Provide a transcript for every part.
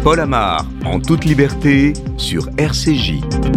Paul Amar, en toute liberté, sur RCJ.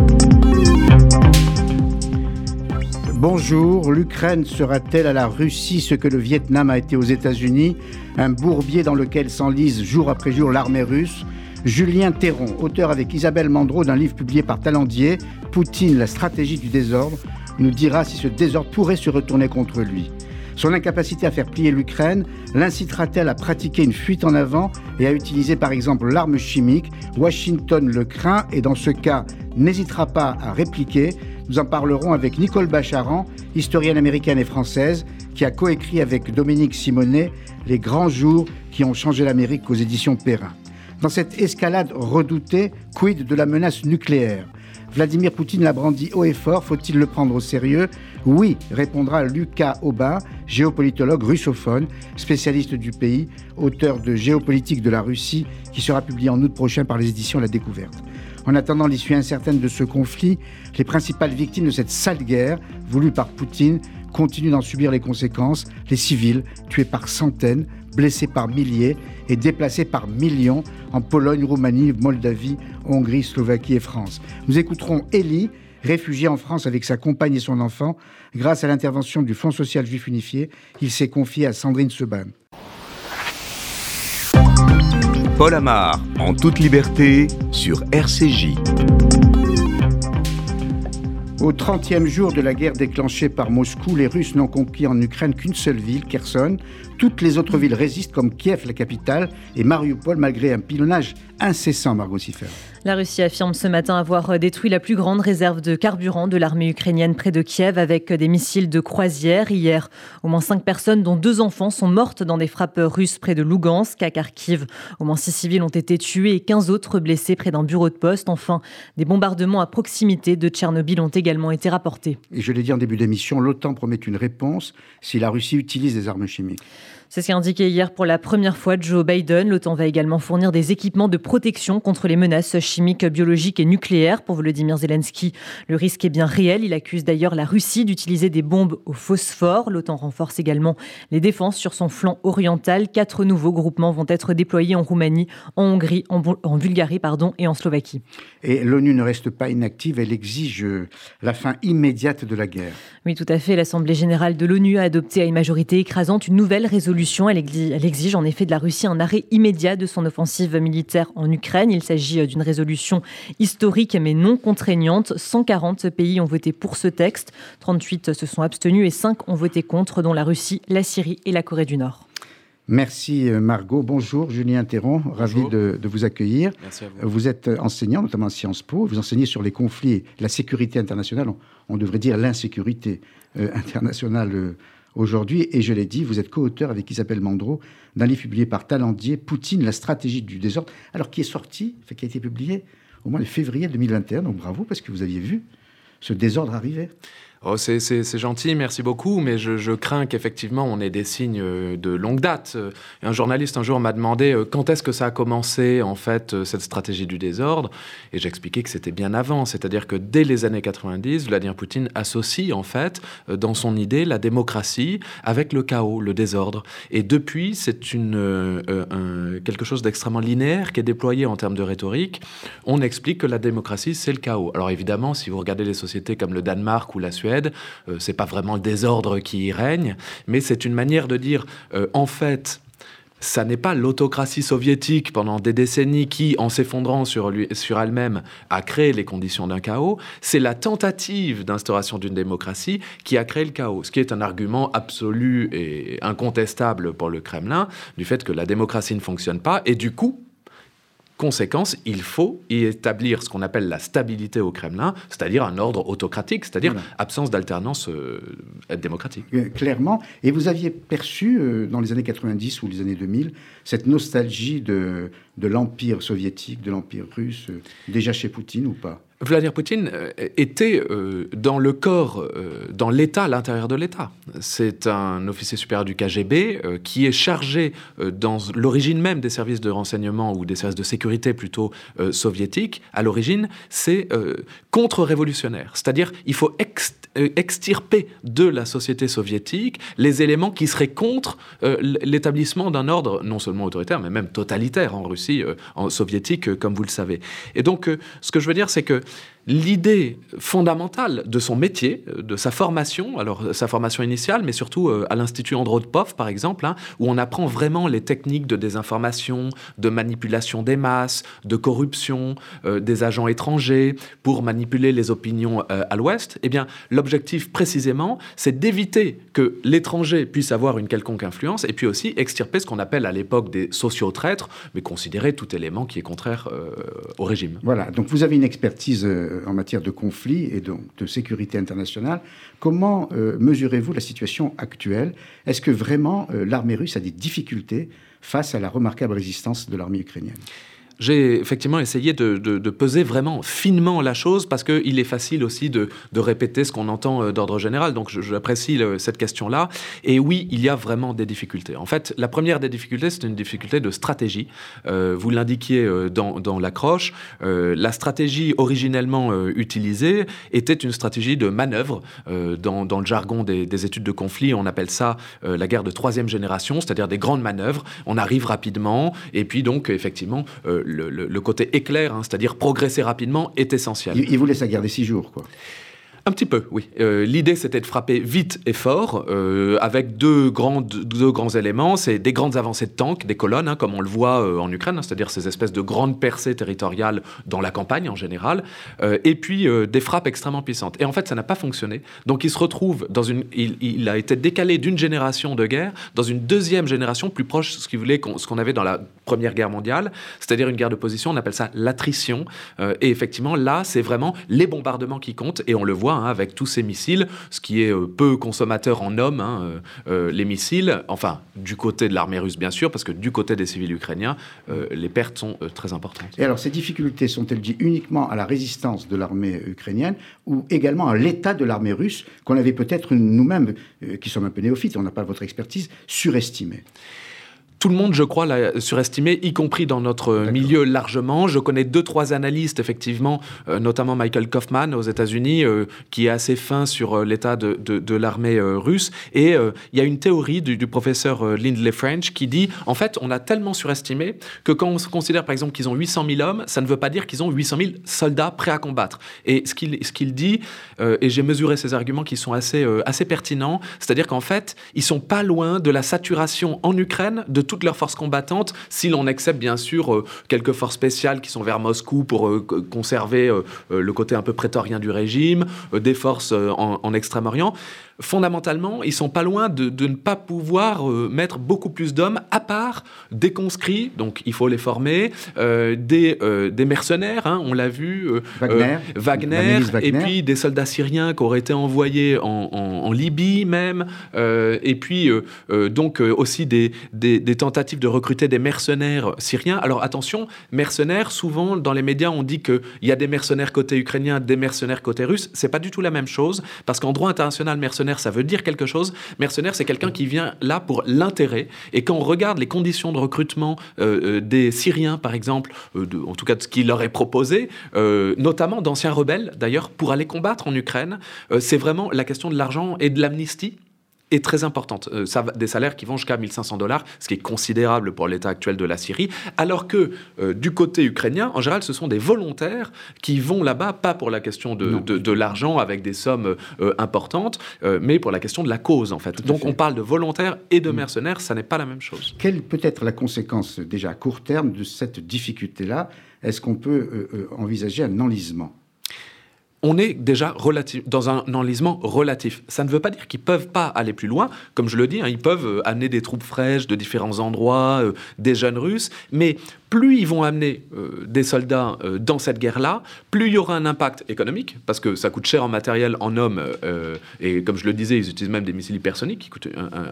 Bonjour, l'Ukraine sera-t-elle à la Russie ce que le Vietnam a été aux États-Unis? Un bourbier dans lequel s'enlise jour après jour l'armée russe. Julien Théron, auteur avec Isabelle Mandreau d'un livre publié par Talendier, Poutine, la stratégie du désordre, nous dira si ce désordre pourrait se retourner contre lui. Son incapacité à faire plier l'Ukraine l'incitera-t-elle à pratiquer une fuite en avant et à utiliser par exemple l'arme chimique? Washington le craint et dans ce cas n'hésitera pas à répliquer. Nous en parlerons avec Nicole Bacharan, historienne américaine et française, qui a coécrit avec Dominique Simonet Les grands jours qui ont changé l'Amérique aux éditions Perrin. Dans cette escalade redoutée, quid de la menace nucléaire? Vladimir Poutine l'a brandi haut et fort, faut-il le prendre au sérieux? Oui, répondra Lucas Aubin, géopolitologue russophone, spécialiste du pays, auteur de Géopolitique de la Russie, qui sera publié en août prochain par les éditions La Découverte. En attendant l'issue incertaine de ce conflit, les principales victimes de cette sale guerre, voulue par Poutine, continuent d'en subir les conséquences. Les civils, tués par centaines, blessés par milliers et déplacés par millions en Pologne, Roumanie, Moldavie, Hongrie, Slovaquie et France. Nous écouterons Elie, réfugié en France avec sa compagne et son enfant. Grâce à l'intervention du Fonds social juif unifié, il s'est confié à Sandrine Seban. Paul Amar, en toute liberté, sur RCJ. Au 30e jour de la guerre déclenchée par Moscou, les Russes n'ont conquis en Ukraine qu'une seule ville, Kherson. Toutes les autres villes résistent, comme Kiev, la capitale, et Mariupol, malgré un pilonnage incessant, Margot Siffer. La Russie affirme ce matin avoir détruit la plus grande réserve de carburant de l'armée ukrainienne près de Kiev avec des missiles de croisière. Hier, au moins 5 personnes, dont 2 enfants, sont mortes dans des frappes russes près de Lugansk. À Kharkiv, au moins 6 civils ont été tués et 15 autres blessés près d'un bureau de poste. Enfin, des bombardements à proximité de Tchernobyl ont également été rapportés. Et je l'ai dit en début d'émission, l'OTAN promet une réponse si la Russie utilise des armes chimiques. C'est ce qu'a indiqué hier pour la première fois Joe Biden. L'OTAN va également fournir des équipements de protection contre les menaces chimiques, biologiques et nucléaires. Pour Volodymyr Zelensky, le risque est bien réel. Il accuse d'ailleurs la Russie d'utiliser des bombes au phosphore. L'OTAN renforce également les défenses sur son flanc oriental. 4 nouveaux groupements vont être déployés en Roumanie, en Hongrie, en Bulgarie et en Slovaquie. Et l'ONU ne reste pas inactive. Elle exige la fin immédiate de la guerre. Oui, tout à fait. L'Assemblée générale de l'ONU a adopté à une majorité écrasante une nouvelle résolution. Elle exige en effet de la Russie un arrêt immédiat de son offensive militaire en Ukraine. Il s'agit d'une résolution historique mais non contraignante. 140 pays ont voté pour ce texte. 38 se sont abstenus et 5 ont voté contre, dont la Russie, la Syrie et la Corée du Nord. Merci Margot. Bonjour Julien Théron, ravi de vous accueillir. Merci à vous. Vous êtes enseignant, notamment à Sciences Po. Vous enseignez sur les conflits et la sécurité internationale. On devrait dire l'insécurité internationale aujourd'hui. Et je l'ai dit, vous êtes co-auteur avec Isabelle Mandreau d'un livre publié par Talendier, Poutine, la stratégie du désordre, alors qui est sorti, qui a été publié au mois de février 2021. Donc bravo, parce que vous aviez vu ce désordre arriver. Oh, c'est gentil, merci beaucoup, mais je crains qu'effectivement on ait des signes de longue date. Un journaliste un jour m'a demandé quand est-ce que ça a commencé en fait cette stratégie du désordre, et j'expliquais que c'était bien avant, c'est-à-dire que dès les années 90, Vladimir Poutine associe en fait dans son idée la démocratie avec le chaos, le désordre, et depuis c'est quelque chose d'extrêmement linéaire qui est déployé en termes de rhétorique. On explique que la démocratie c'est le chaos. Alors évidemment, si vous regardez les sociétés comme le Danemark ou la Suède, c'est pas vraiment le désordre qui y règne, mais c'est une manière de dire, en fait, ça n'est pas l'autocratie soviétique pendant des décennies qui, en s'effondrant sur elle-même, a créé les conditions d'un chaos. C'est la tentative d'instauration d'une démocratie qui a créé le chaos, ce qui est un argument absolu et incontestable pour le Kremlin, du fait que la démocratie ne fonctionne pas, et du coup, conséquence, il faut y établir ce qu'on appelle la stabilité au Kremlin, c'est-à-dire un ordre autocratique, c'est-à-dire absence d'alternance démocratique. Clairement. Et vous aviez perçu, dans les années 90 ou les années 2000, cette nostalgie de l'Empire soviétique, de l'Empire russe, déjà chez Poutine ou pas ? Vladimir Poutine était dans le corps, dans l'État, à l'intérieur de l'État. C'est un officier supérieur du KGB qui est chargé, dans l'origine même des services de renseignement ou des services de sécurité plutôt soviétiques, à l'origine, c'est contre-révolutionnaire. C'est-à-dire il faut extirper de la société soviétique les éléments qui seraient contre l'établissement d'un ordre non seulement autoritaire, mais même totalitaire en Russie, en soviétique, comme vous le savez. Et donc, ce que je veux dire, c'est que l'idée fondamentale de son métier, de sa formation, alors sa formation initiale, mais surtout à l'Institut Andropov, par exemple, où on apprend vraiment les techniques de désinformation, de manipulation des masses, de corruption des agents étrangers pour manipuler les opinions à l'Ouest, eh bien, l'objectif précisément, c'est d'éviter que l'étranger puisse avoir une quelconque influence et puis aussi extirper ce qu'on appelle à l'époque des socio-traîtres, mais considérer tout élément qui est contraire au régime. Voilà, donc vous avez une expertise en matière de conflit et donc de sécurité internationale. Comment mesurez-vous la situation actuelle ? Est-ce que vraiment l'armée russe a des difficultés face à la remarquable résistance de l'armée ukrainienne ? J'ai effectivement essayé de peser vraiment finement la chose parce qu'il est facile aussi de répéter ce qu'on entend d'ordre général. Donc j'apprécie cette question-là. Et oui, il y a vraiment des difficultés. En fait, la première des difficultés, c'est une difficulté de stratégie. Vous l'indiquiez dans l'accroche. La stratégie originellement utilisée était une stratégie de manœuvre. Dans le jargon des études de conflit, on appelle ça la guerre de troisième génération, c'est-à-dire des grandes manœuvres. On arrive rapidement et puis donc effectivement... Le côté éclair, c'est-à-dire progresser rapidement, est essentiel. Il vous laisse à garder 6 jours, quoi. Un petit peu, oui. L'idée, c'était de frapper vite et fort, avec deux grands éléments. C'est des grandes avancées de tanks, des colonnes, comme on le voit en Ukraine, c'est-à-dire ces espèces de grandes percées territoriales dans la campagne en général, et puis des frappes extrêmement puissantes. Et en fait, ça n'a pas fonctionné. Donc, il se retrouve il a été décalé d'une génération de guerre dans une deuxième génération plus proche de ce qu'on avait dans la Première Guerre mondiale, c'est-à-dire une guerre de position. On appelle ça l'attrition. Et effectivement, là, c'est vraiment les bombardements qui comptent, et on le voit avec tous ces missiles, ce qui est peu consommateur en hommes, les missiles, enfin, du côté de l'armée russe, bien sûr, parce que du côté des civils ukrainiens, les pertes sont très importantes. Et alors, ces difficultés sont-elles dues uniquement à la résistance de l'armée ukrainienne ou également à l'état de l'armée russe, qu'on avait peut-être nous-mêmes, qui sommes un peu néophytes, on n'a pas votre expertise, surestimé ? Tout le monde, je crois, l'a surestimé, y compris dans notre milieu largement. Je connais 2-3 analystes, effectivement, notamment Michael Kaufman aux États-Unis, qui est assez fin sur l'état de l'armée russe. Et il y a une théorie du professeur Lindley French qui dit, en fait, on a tellement surestimé que quand on se considère, par exemple, qu'ils ont 800 000 hommes, ça ne veut pas dire qu'ils ont 800 000 soldats prêts à combattre. Et ce qu'il dit, et j'ai mesuré ces arguments qui sont assez pertinents, c'est-à-dire qu'en fait, ils sont pas loin de la saturation en Ukraine de toutes leurs forces combattantes, si l'on accepte bien sûr quelques forces spéciales qui sont vers Moscou pour conserver le côté un peu prétorien du régime, des forces en Extrême-Orient. Fondamentalement, ils sont pas loin de ne pas pouvoir mettre beaucoup plus d'hommes, à part des conscrits, donc il faut les former, des mercenaires, on l'a vu, Wagner, et puis des soldats syriens qui auraient été envoyés en Libye même, et puis donc aussi des tentatives de recruter des mercenaires syriens. Alors attention, mercenaires, souvent dans les médias on dit qu'il y a des mercenaires côté ukrainien, des mercenaires côté russe. C'est pas du tout la même chose, parce qu'en droit international, mercenaire, ça veut dire quelque chose. Mercenaire, c'est quelqu'un qui vient là pour l'intérêt. Et quand on regarde les conditions de recrutement des Syriens, par exemple, en tout cas de ce qui leur est proposé, notamment d'anciens rebelles, d'ailleurs, pour aller combattre en Ukraine, c'est vraiment la question de l'argent et de l'amnistie est très importante. Des salaires qui vont jusqu'à $1 500, ce qui est considérable pour l'état actuel de la Syrie, alors que du côté ukrainien, en général, ce sont des volontaires qui vont là-bas, pas pour la question de l'argent avec des sommes importantes, mais pour la question de la cause, en fait. Donc on parle de volontaires et de mercenaires, ça n'est pas la même chose. Quelle peut être la conséquence, déjà à court terme, de cette difficulté-là ? Est-ce qu'on peut envisager un enlisement ? On est déjà dans un enlisement relatif. Ça ne veut pas dire qu'ils ne peuvent pas aller plus loin. Comme je le dis, ils peuvent amener des troupes fraîches de différents endroits, des jeunes Russes. Mais plus ils vont amener des soldats dans cette guerre-là, plus il y aura un impact économique, parce que ça coûte cher en matériel, en hommes, et comme je le disais, ils utilisent même des missiles hypersoniques qui coûtent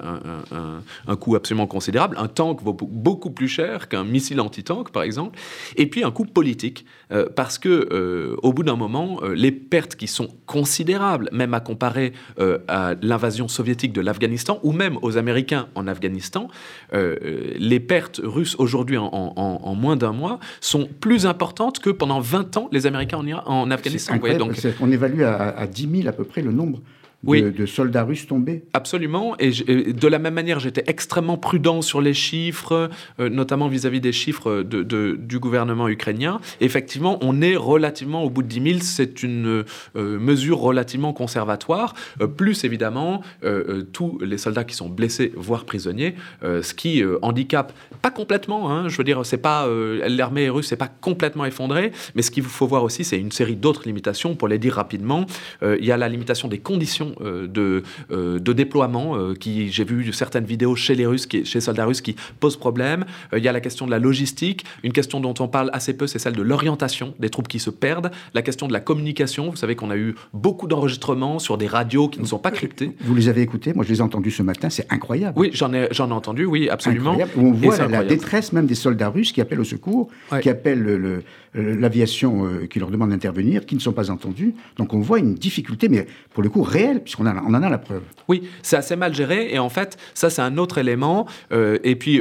un coût absolument considérable. Un tank vaut beaucoup plus cher qu'un missile anti-tank, par exemple. Et puis un coût politique, parce que au bout d'un moment, les pertes qui sont considérables, même à comparer à l'invasion soviétique de l'Afghanistan, ou même aux Américains en Afghanistan, les pertes russes aujourd'hui en moins d'un mois sont plus importantes que pendant 20 ans les Américains en Afghanistan. Vous voyez, donc... On évalue à 10 000 à peu près le nombre de soldats russes tombés. Absolument. Et de la même manière, j'étais extrêmement prudent sur les chiffres, notamment vis-à-vis des chiffres du gouvernement ukrainien. Et effectivement, on est relativement au bout de 10 000. C'est une mesure relativement conservatoire. Plus évidemment, tous les soldats qui sont blessés, voire prisonniers, ce qui handicape, pas complètement, hein, je veux dire, c'est pas, l'armée russe n'est pas complètement effondrée, mais ce qu'il faut voir aussi, c'est une série d'autres limitations. Pour les dire rapidement, il y a la limitation des conditions de déploiement, j'ai vu certaines vidéos chez les Russes, chez soldats russes qui posent problème. Il y a la question de la logistique. Une question dont on parle assez peu, c'est celle de l'orientation des troupes qui se perdent. La question de la communication. Vous savez qu'on a eu beaucoup d'enregistrements sur des radios qui ne sont pas cryptées. Vous les avez écoutés? Moi, je les ai entendus ce matin. C'est incroyable. Oui, j'en ai entendu, oui, absolument. Incroyable. On voit la détresse même des soldats russes qui appellent au secours, qui appellent l'aviation qui leur demande d'intervenir, qui ne sont pas entendus. Donc on voit une difficulté, mais pour le coup réelle, puisqu'on en a la preuve. Oui, c'est assez mal géré, et en fait, ça c'est un autre élément, et puis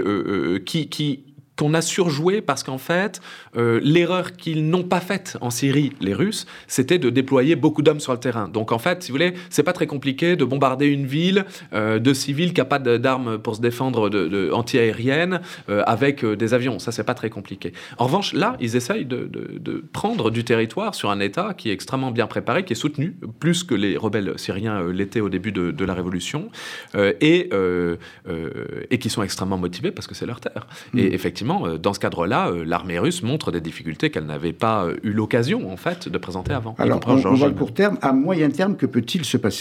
qu'on a surjoué parce qu'en fait, l'erreur qu'ils n'ont pas faite en Syrie, les Russes, c'était de déployer beaucoup d'hommes sur le terrain. Donc en fait, si vous voulez, c'est pas très compliqué de bombarder une ville de civils qui n'a pas d'armes pour se défendre anti-aériennes avec des avions. Ça, c'est pas très compliqué. En revanche, là, ils essayent de prendre du territoire sur un État qui est extrêmement bien préparé, qui est soutenu, plus que les rebelles syriens l'étaient au début de la Révolution, et qui sont extrêmement motivés parce que c'est leur terre. Et effectivement, dans ce cadre-là, l'armée russe montre des difficultés qu'elle n'avait pas eu l'occasion, en fait, de présenter avant. Alors, on voit le court terme. À moyen terme, que peut-il se passer ?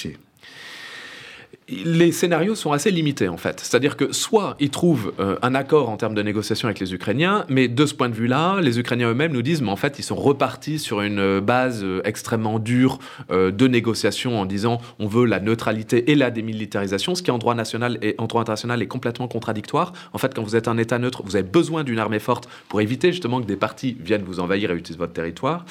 Les scénarios sont assez limités, en fait. C'est-à-dire que soit ils trouvent un accord en termes de négociation avec les Ukrainiens, mais de ce point de vue-là, les Ukrainiens eux-mêmes nous disent, mais en fait, ils sont repartis sur une base extrêmement dure de négociation en disant on veut la neutralité et la démilitarisation, ce qui en droit national et en droit international est complètement contradictoire. En fait, quand vous êtes un État neutre, vous avez besoin d'une armée forte pour éviter justement que des partis viennent vous envahir et utilisent votre territoire.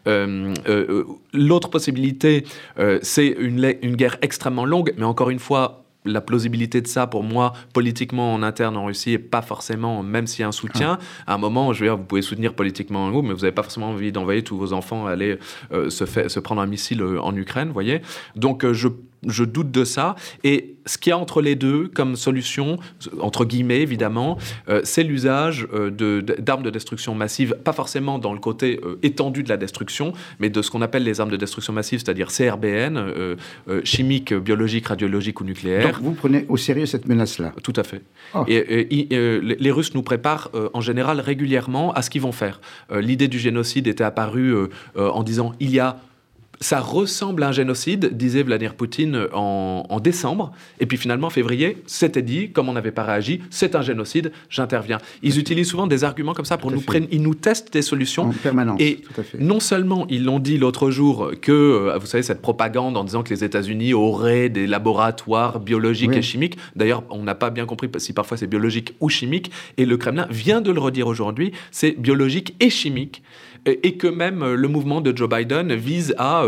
L'autre possibilité, c'est une guerre extrêmement longue, mais encore une fois, la plausibilité de ça, pour moi, politiquement en interne en Russie, est pas forcément, même s'il y a un soutien, à un moment, je veux dire, vous pouvez soutenir politiquement un groupe, mais vous n'avez pas forcément envie d'envoyer tous vos enfants aller se prendre un missile en Ukraine, vous voyez. Donc, je doute de ça. Et ce qu'il y a entre les deux comme solution, entre guillemets évidemment, c'est l'usage d'armes de destruction massive, pas forcément dans le côté étendu de la destruction, mais de ce qu'on appelle les armes de destruction massive, c'est-à-dire CRBN, chimiques, biologiques, radiologiques ou nucléaires. Donc vous prenez au sérieux cette menace-là? Tout à fait. Oh. Et les Russes nous préparent en général régulièrement à ce qu'ils vont faire. L'idée du génocide était apparue en disant ça ressemble à un génocide, disait Vladimir Poutine en décembre. Et puis finalement, en février, c'était dit, comme on n'avait pas réagi, c'est un génocide, j'interviens. Ils utilisent souvent des arguments comme ça pour ils nous testent des solutions. En permanence. Et non seulement ils l'ont dit l'autre jour que, vous savez, cette propagande en disant que les États-Unis auraient des laboratoires biologiques et chimiques. D'ailleurs, on n'a pas bien compris si parfois c'est biologique ou chimique. Et le Kremlin vient de le redire aujourd'hui, c'est biologique et chimique. Et que même le mouvement de Joe Biden vise à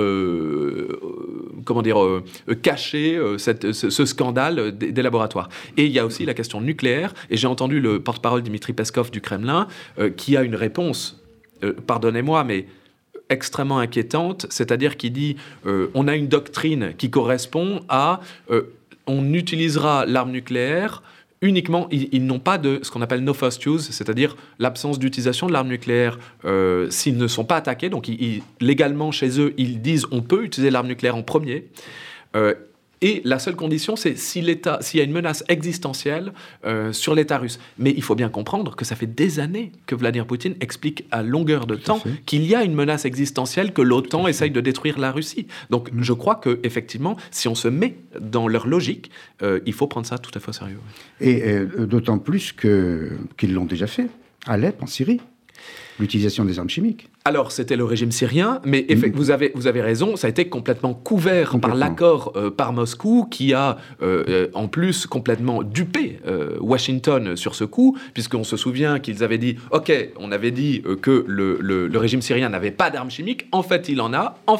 cacher ce scandale des laboratoires. Et il y a aussi la question nucléaire, et j'ai entendu le porte-parole Dmitri Peskov du Kremlin qui a une réponse, pardonnez-moi, mais extrêmement inquiétante, c'est-à-dire qu'il dit on a une doctrine qui correspond à on utilisera l'arme nucléaire uniquement, ils n'ont pas de ce qu'on appelle no first use, c'est-à-dire l'absence d'utilisation de l'arme nucléaire s'ils ne sont pas attaqués. Donc, légalement, chez eux, ils disent on peut utiliser l'arme nucléaire en premier. Et la seule condition, c'est s'il y a une menace existentielle sur l'État russe. Mais il faut bien comprendre que ça fait des années que Vladimir Poutine explique à longueur de temps qu'il y a une menace existentielle, que l'OTAN essaye de détruire la Russie. Donc je crois qu'effectivement, si on se met dans leur logique, il faut prendre ça tout à fait au sérieux. Et d'autant plus qu'ils l'ont déjà fait. Alep, en Syrie, l'utilisation des armes chimiques. Alors, c'était le régime syrien, mais vous avez raison, ça a été complètement couvert par l'accord par Moscou, qui a en plus complètement dupé Washington sur ce coup, puisqu'on se souvient qu'ils avaient dit, OK, on avait dit que le régime syrien n'avait pas d'armes chimiques, en fait il en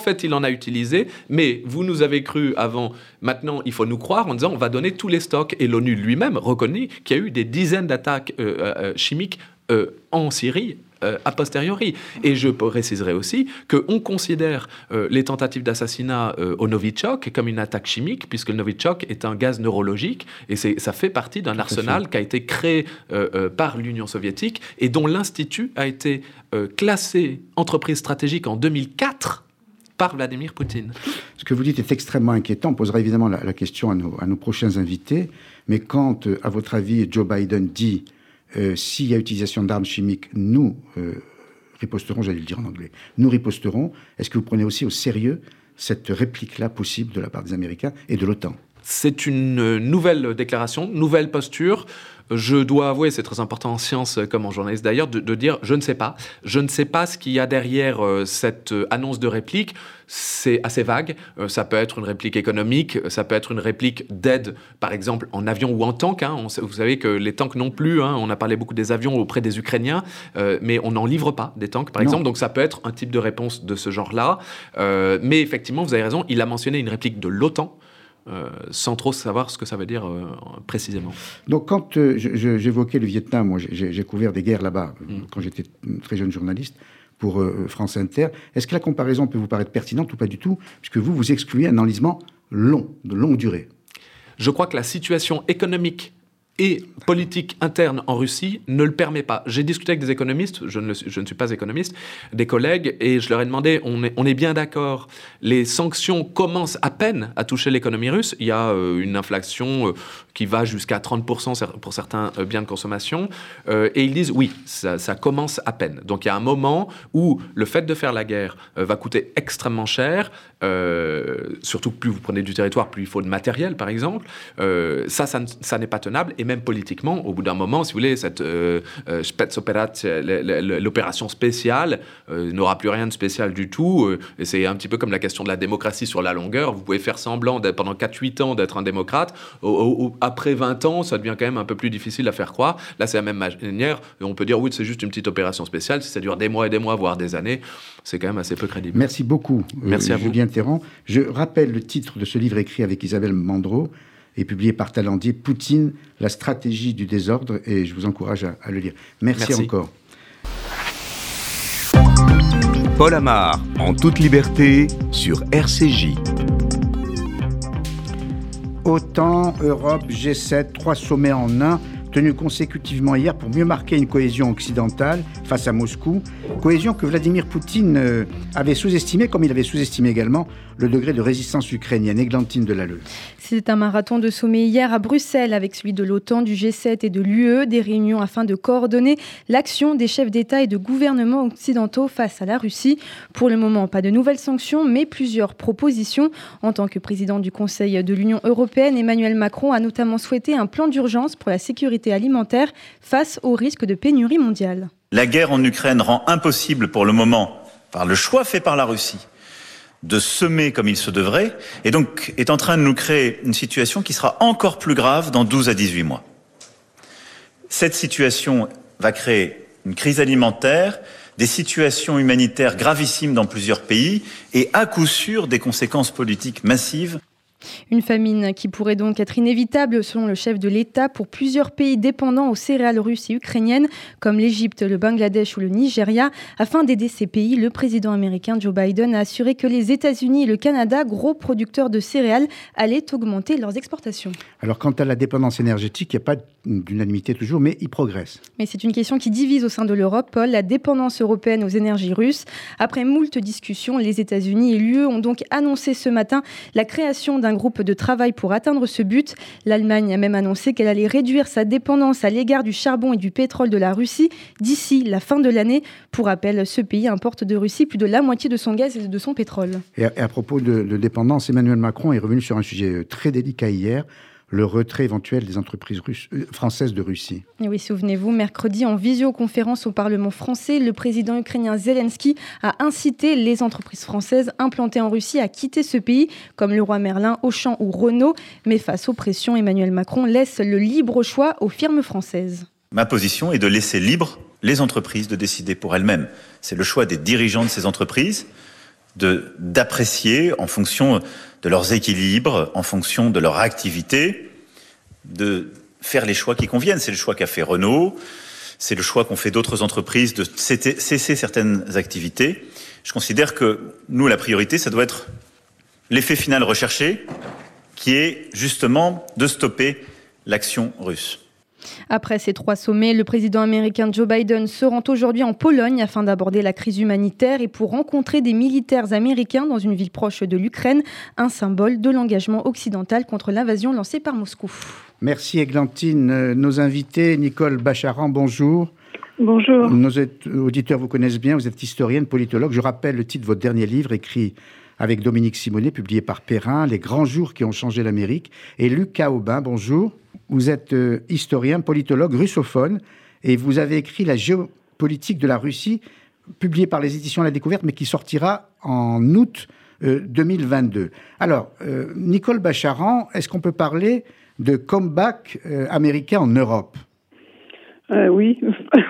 a utilisé, mais vous nous avez cru avant, maintenant il faut nous croire en disant on va donner tous les stocks, et l'ONU lui-même reconnaît qu'il y a eu des dizaines d'attaques chimiques en Syrie, a posteriori. Et je préciserai aussi qu'on considère les tentatives d'assassinat au Novichok comme une attaque chimique, puisque le Novichok est un gaz neurologique, et ça fait partie d'un arsenal qui a été créé par l'Union soviétique, et dont l'Institut a été classé entreprise stratégique en 2004 par Vladimir Poutine. Ce que vous dites est extrêmement inquiétant. On posera évidemment la question à nos prochains invités, mais quand, à votre avis, Joe Biden dit s'il y a utilisation d'armes chimiques, nous riposterons, j'allais le dire en anglais, nous riposterons. Est-ce que vous prenez aussi au sérieux cette réplique-là possible de la part des Américains et de l'OTAN ? C'est une nouvelle déclaration, nouvelle posture. Je dois avouer, c'est très important en science comme en journaliste d'ailleurs, de dire je ne sais pas. Je ne sais pas ce qu'il y a derrière cette annonce de réplique. C'est assez vague. Ça peut être une réplique économique, ça peut être une réplique d'aide, par exemple en avion ou en tank. Vous savez que les tanks non plus, on a parlé beaucoup des avions auprès des Ukrainiens, mais on n'en livre pas des tanks, par exemple. Donc ça peut être un type de réponse de ce genre-là. Mais effectivement, vous avez raison, il a mentionné une réplique de l'OTAN. Sans trop savoir ce que ça veut dire précisément. Donc quand j'évoquais le Vietnam, moi j'ai couvert des guerres là-bas quand j'étais très jeune journaliste pour France Inter. Est-ce que la comparaison peut vous paraître pertinente ou pas du tout, puisque vous excluez un enlisement de longue durée? Je crois que la situation économique et politique interne en Russie ne le permet pas. J'ai discuté avec des économistes, je ne suis pas économiste, des collègues, et je leur ai demandé, on est bien d'accord, les sanctions commencent à peine à toucher l'économie russe, il y a une inflation qui va jusqu'à 30% pour certains biens de consommation, et ils disent oui, ça commence à peine. Donc il y a un moment où le fait de faire la guerre va coûter extrêmement cher, surtout que plus vous prenez du territoire, plus il faut de matériel, par exemple. Ça n'est pas tenable, et même politiquement, au bout d'un moment, si vous voulez, cette l'opération spéciale n'aura plus rien de spécial du tout, et c'est un petit peu comme la question de la démocratie sur la longueur. Vous pouvez faire semblant pendant 4-8 ans d'être un démocrate, après 20 ans, ça devient quand même un peu plus difficile à faire croire. Là, c'est la même manière, on peut dire oui, c'est juste une petite opération spéciale, si ça dure des mois et des mois, voire des années, c'est quand même assez peu crédible. Merci beaucoup. Merci à vous. Julien Théran. Je rappelle le titre de ce livre écrit avec Isabelle Mandreau et publié par Talendier, Poutine, la stratégie du désordre, et je vous encourage à le lire. Merci encore. Paul Amar, en toute liberté, sur RCJ. OTAN, Europe, G7, 3 sommets en un, tenus consécutivement hier pour mieux marquer une cohésion occidentale face à Moscou. Cohésion que Vladimir Poutine avait sous-estimée, comme il avait sous-estimé également le degré de résistance ukrainienne. Églantine Delalleux. C'est un marathon de sommet hier à Bruxelles avec celui de l'OTAN, du G7 et de l'UE, des réunions afin de coordonner l'action des chefs d'État et de gouvernements occidentaux face à la Russie. Pour le moment, pas de nouvelles sanctions, mais plusieurs propositions. En tant que président du Conseil de l'Union européenne, Emmanuel Macron a notamment souhaité un plan d'urgence pour la sécurité alimentaire face au risque de pénurie mondiale. La guerre en Ukraine rend impossible pour le moment, par le choix fait par la Russie, de semer comme il se devrait, et donc est en train de nous créer une situation qui sera encore plus grave dans 12 à 18 mois. Cette situation va créer une crise alimentaire, des situations humanitaires gravissimes dans plusieurs pays, et à coup sûr des conséquences politiques massives. Une famine qui pourrait donc être inévitable selon le chef de l'État pour plusieurs pays dépendants aux céréales russes et ukrainiennes comme l'Égypte, le Bangladesh ou le Nigeria. Afin d'aider ces pays, le président américain Joe Biden a assuré que les États-Unis et le Canada, gros producteurs de céréales, allaient augmenter leurs exportations. Alors quant à la dépendance énergétique, il n'y a pas d'unanimité toujours, mais il progresse. Mais c'est une question qui divise au sein de l'Europe, Paul, la dépendance européenne aux énergies russes. Après moult discussions, les États-Unis et l'UE ont donc annoncé ce matin la création d'un groupe de travail pour atteindre ce but. L'Allemagne a même annoncé qu'elle allait réduire sa dépendance à l'égard du charbon et du pétrole de la Russie d'ici la fin de l'année. Pour rappel, ce pays importe de Russie plus de la moitié de son gaz et de son pétrole. Et à propos de dépendance, Emmanuel Macron est revenu sur un sujet très délicat hier, le retrait éventuel des entreprises françaises de Russie. Et oui, souvenez-vous, mercredi, en visioconférence au Parlement français, le président ukrainien Zelensky a incité les entreprises françaises implantées en Russie à quitter ce pays, comme Leroy Merlin, Auchan ou Renault. Mais face aux pressions, Emmanuel Macron laisse le libre choix aux firmes françaises. Ma position est de laisser libre les entreprises de décider pour elles-mêmes. C'est le choix des dirigeants de ces entreprises d'apprécier en fonction de leurs équilibres, en fonction de leur activité, de faire les choix qui conviennent. C'est le choix qu'a fait Renault, c'est le choix qu'ont fait d'autres entreprises de cesser certaines activités. Je considère que nous, la priorité, ça doit être l'effet final recherché, qui est justement de stopper l'action russe. Après ces 3 sommets, le président américain Joe Biden se rend aujourd'hui en Pologne afin d'aborder la crise humanitaire et pour rencontrer des militaires américains dans une ville proche de l'Ukraine, un symbole de l'engagement occidental contre l'invasion lancée par Moscou. Merci Églantine. Nos invités, Nicole Bacharan, bonjour. Bonjour. Nos auditeurs vous connaissent bien, vous êtes historienne, politologue. Je rappelle le titre de votre dernier livre écrit avec Dominique Simonet, publié par Perrin, Les grands jours qui ont changé l'Amérique. Et Lucas Aubin, bonjour. Vous êtes historien, politologue, russophone, et vous avez écrit La géopolitique de la Russie, publié par les éditions La Découverte, mais qui sortira en août 2022. Alors, Nicole Bacharan, est-ce qu'on peut parler de comeback américain en Europe ? Oui,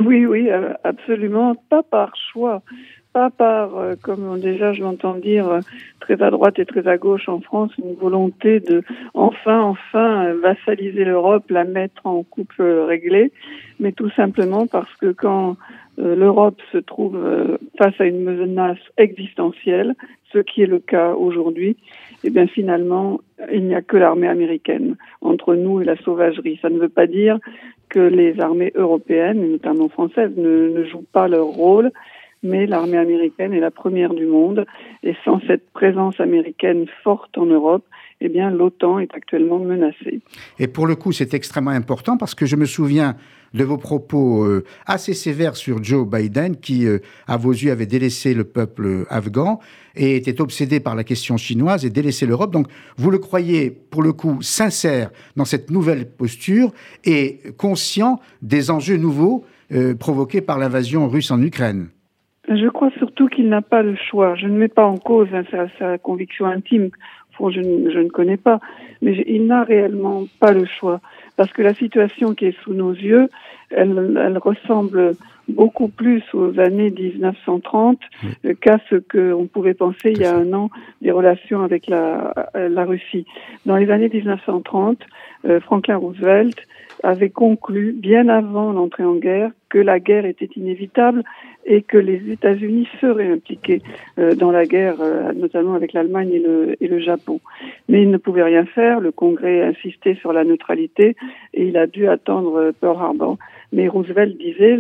absolument, pas par choix. Pas par, comme déjà je l'entends dire, très à droite et très à gauche en France, une volonté de enfin vassaliser l'Europe, la mettre en coupe réglée, mais tout simplement parce que quand l'Europe se trouve face à une menace existentielle, ce qui est le cas aujourd'hui, eh bien finalement, il n'y a que l'armée américaine entre nous et la sauvagerie. Ça ne veut pas dire que les armées européennes, et notamment françaises, ne jouent pas leur rôle, mais l'armée américaine est la première du monde, et sans cette présence américaine forte en Europe, eh bien, l'OTAN est actuellement menacée. Et pour le coup, c'est extrêmement important parce que je me souviens de vos propos assez sévères sur Joe Biden, qui, à vos yeux, avait délaissé le peuple afghan et était obsédé par la question chinoise et délaissé l'Europe. Donc, vous le croyez, pour le coup, sincère dans cette nouvelle posture et conscient des enjeux nouveaux provoqués par l'invasion russe en Ukraine. Je crois surtout qu'il n'a pas le choix. Je ne mets pas en cause sa conviction intime. Je ne connais pas, mais il n'a réellement pas le choix. Parce que la situation qui est sous nos yeux, elle ressemble beaucoup plus aux années 1930 qu'à ce qu'on pouvait penser il y a un an des relations avec la Russie. Dans les années 1930, Franklin Roosevelt avait conclu, bien avant l'entrée en guerre, que la guerre était inévitable et que les États-Unis seraient impliqués dans la guerre, notamment avec l'Allemagne et le Japon. Mais il ne pouvait rien faire, le Congrès insistait sur la neutralité et il a dû attendre Pearl Harbor. Mais Roosevelt disait,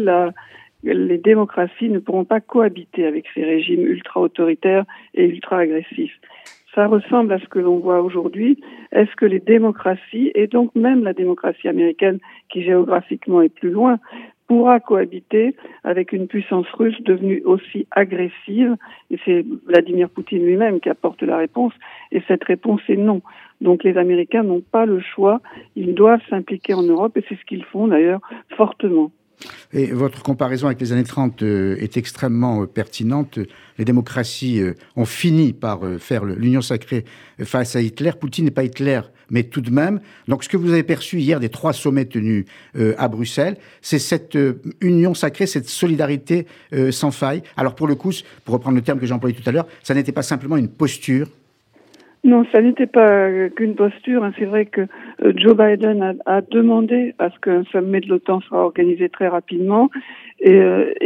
les démocraties ne pourront pas cohabiter avec ces régimes ultra-autoritaires et ultra-agressifs. Ça ressemble à ce que l'on voit aujourd'hui. Est-ce que les démocraties, et donc même la démocratie américaine, qui géographiquement est plus loin, pourra cohabiter avec une puissance russe devenue aussi agressive? Et c'est Vladimir Poutine lui-même qui apporte la réponse, et cette réponse est non. Donc les Américains n'ont pas le choix, ils doivent s'impliquer en Europe, et c'est ce qu'ils font d'ailleurs fortement. Et votre comparaison avec les années 30 est extrêmement pertinente. Les démocraties ont fini par faire l'union sacrée face à Hitler. Poutine n'est pas Hitler, mais tout de même. Donc ce que vous avez perçu hier des 3 sommets tenus à Bruxelles, c'est cette union sacrée, cette solidarité sans faille. Alors pour le coup, pour reprendre le terme que j'ai employé tout à l'heure, ça n'était pas simplement une posture. Non, ça n'était pas qu'une posture. C'est vrai que Joe Biden a demandé à ce qu'un sommet de l'OTAN soit organisé très rapidement. Et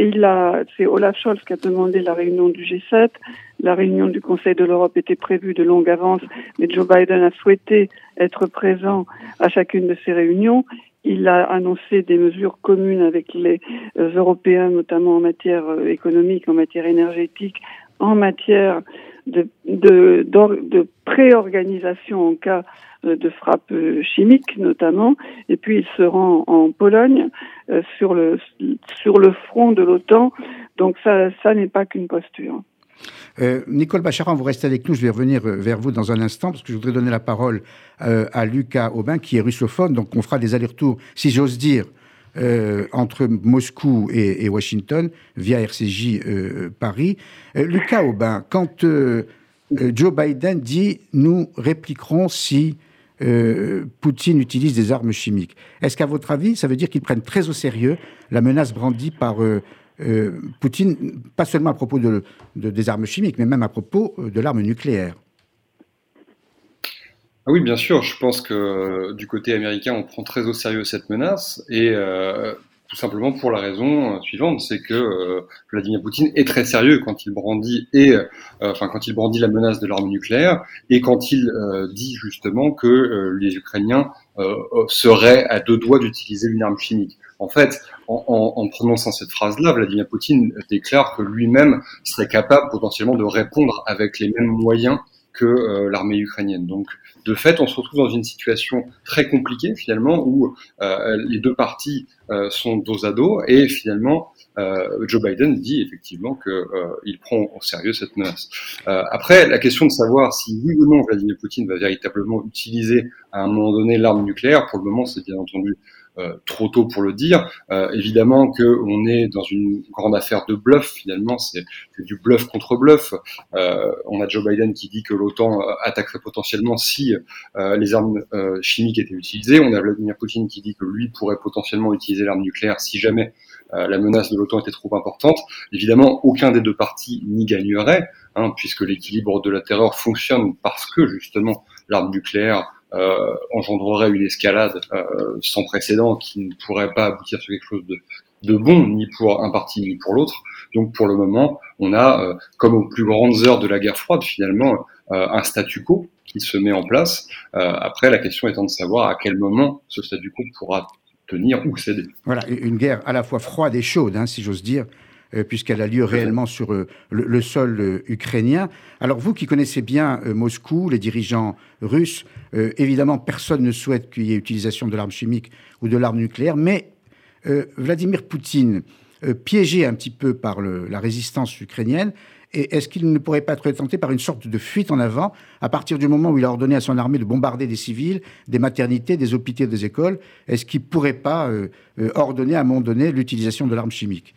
c'est Olaf Scholz qui a demandé la réunion du G7. La réunion du Conseil de l'Europe était prévue de longue avance, mais Joe Biden a souhaité être présent à chacune de ces réunions. Il a annoncé des mesures communes avec les Européens, notamment en matière économique, en matière énergétique, en matière de pré-organisation en cas de frappe chimique notamment, et puis il se rend en Pologne sur le front de l'OTAN. Donc ça n'est pas qu'une posture. Nicole Bacharan, vous restez avec nous. Je vais revenir vers vous dans un instant parce que je voudrais donner la parole à Lucas Aubin, qui est russophone. Donc, on fera des allers-retours, si j'ose dire, entre Moscou et Washington via RCJ Paris. Lucas Aubin, quand Joe Biden dit « nous répliquerons si Poutine utilise des armes chimiques », est-ce qu'à votre avis, ça veut dire qu'ils prennent très au sérieux la menace brandie par Poutine, pas seulement à propos des armes chimiques, mais même à propos de l'arme nucléaire? Ah oui, bien sûr. Je pense que du côté américain, on prend très au sérieux cette menace et tout simplement pour la raison suivante, c'est que Vladimir Poutine est très sérieux quand il brandit quand il brandit la menace de l'arme nucléaire et quand il dit justement que les Ukrainiens seraient à deux doigts d'utiliser une arme chimique. En fait, en prononçant cette phrase-là, Vladimir Poutine déclare que lui-même serait capable potentiellement de répondre avec les mêmes moyens que l'armée ukrainienne. Donc, de fait, on se retrouve dans une situation très compliquée finalement où les deux parties sont dos à dos et finalement Joe Biden dit effectivement qu'il prend au sérieux cette menace. Après, la question de savoir si oui ou non Vladimir Poutine va véritablement utiliser à un moment donné l'arme nucléaire, pour le moment c'est bien entendu trop tôt pour le dire. Évidemment qu'on est dans une grande affaire de bluff, finalement, c'est du bluff contre bluff. On a Joe Biden qui dit que l'OTAN attaquerait potentiellement si les armes chimiques étaient utilisées. On a Vladimir Poutine qui dit que lui pourrait potentiellement utiliser l'arme nucléaire si jamais la menace de l'OTAN était trop importante. Évidemment, aucun des deux partis n'y gagnerait, puisque l'équilibre de la terreur fonctionne parce que, justement, l'arme nucléaire engendrerait une escalade sans précédent qui ne pourrait pas aboutir sur quelque chose de bon, ni pour un parti ni pour l'autre. Donc pour le moment, on a, comme aux plus grandes heures de la guerre froide, finalement, un statu quo qui se met en place. Après, la question étant de savoir à quel moment ce statu quo pourra tenir ou céder. Voilà, une guerre à la fois froide et chaude, si j'ose dire, puisqu'elle a lieu réellement sur le sol ukrainien. Alors vous qui connaissez bien Moscou, les dirigeants russes, évidemment personne ne souhaite qu'il y ait utilisation de l'arme chimique ou de l'arme nucléaire, mais Vladimir Poutine, piégé un petit peu par la résistance ukrainienne, est-ce qu'il ne pourrait pas être tenté par une sorte de fuite en avant à partir du moment où il a ordonné à son armée de bombarder des civils, des maternités, des hôpitaux, des écoles? Est-ce qu'il ne pourrait pas ordonner à un moment donné l'utilisation de l'arme chimique?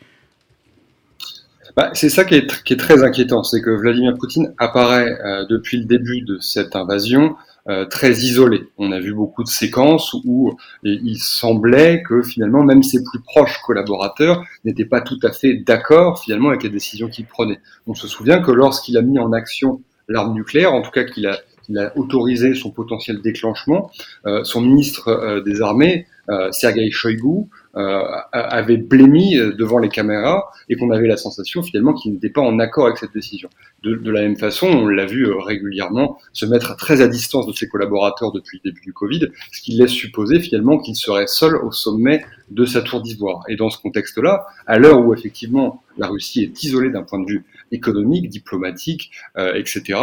C'est ça qui est très inquiétant, c'est que Vladimir Poutine apparaît depuis le début de cette invasion très isolé. On a vu beaucoup de séquences où il semblait que finalement même ses plus proches collaborateurs n'étaient pas tout à fait d'accord finalement avec les décisions qu'il prenait. On se souvient que lorsqu'il a mis en action l'arme nucléaire, en tout cas qu'il a autorisé son potentiel déclenchement, son ministre des Armées, Sergueï Shoïgu, avait blémi devant les caméras et qu'on avait la sensation finalement qu'il n'était pas en accord avec cette décision. De la même façon, on l'a vu régulièrement se mettre très à distance de ses collaborateurs depuis le début du Covid, ce qui laisse supposer finalement qu'il serait seul au sommet de sa tour d'ivoire. Et dans ce contexte-là, à l'heure où effectivement la Russie est isolée d'un point de vue économique, diplomatique, etc.,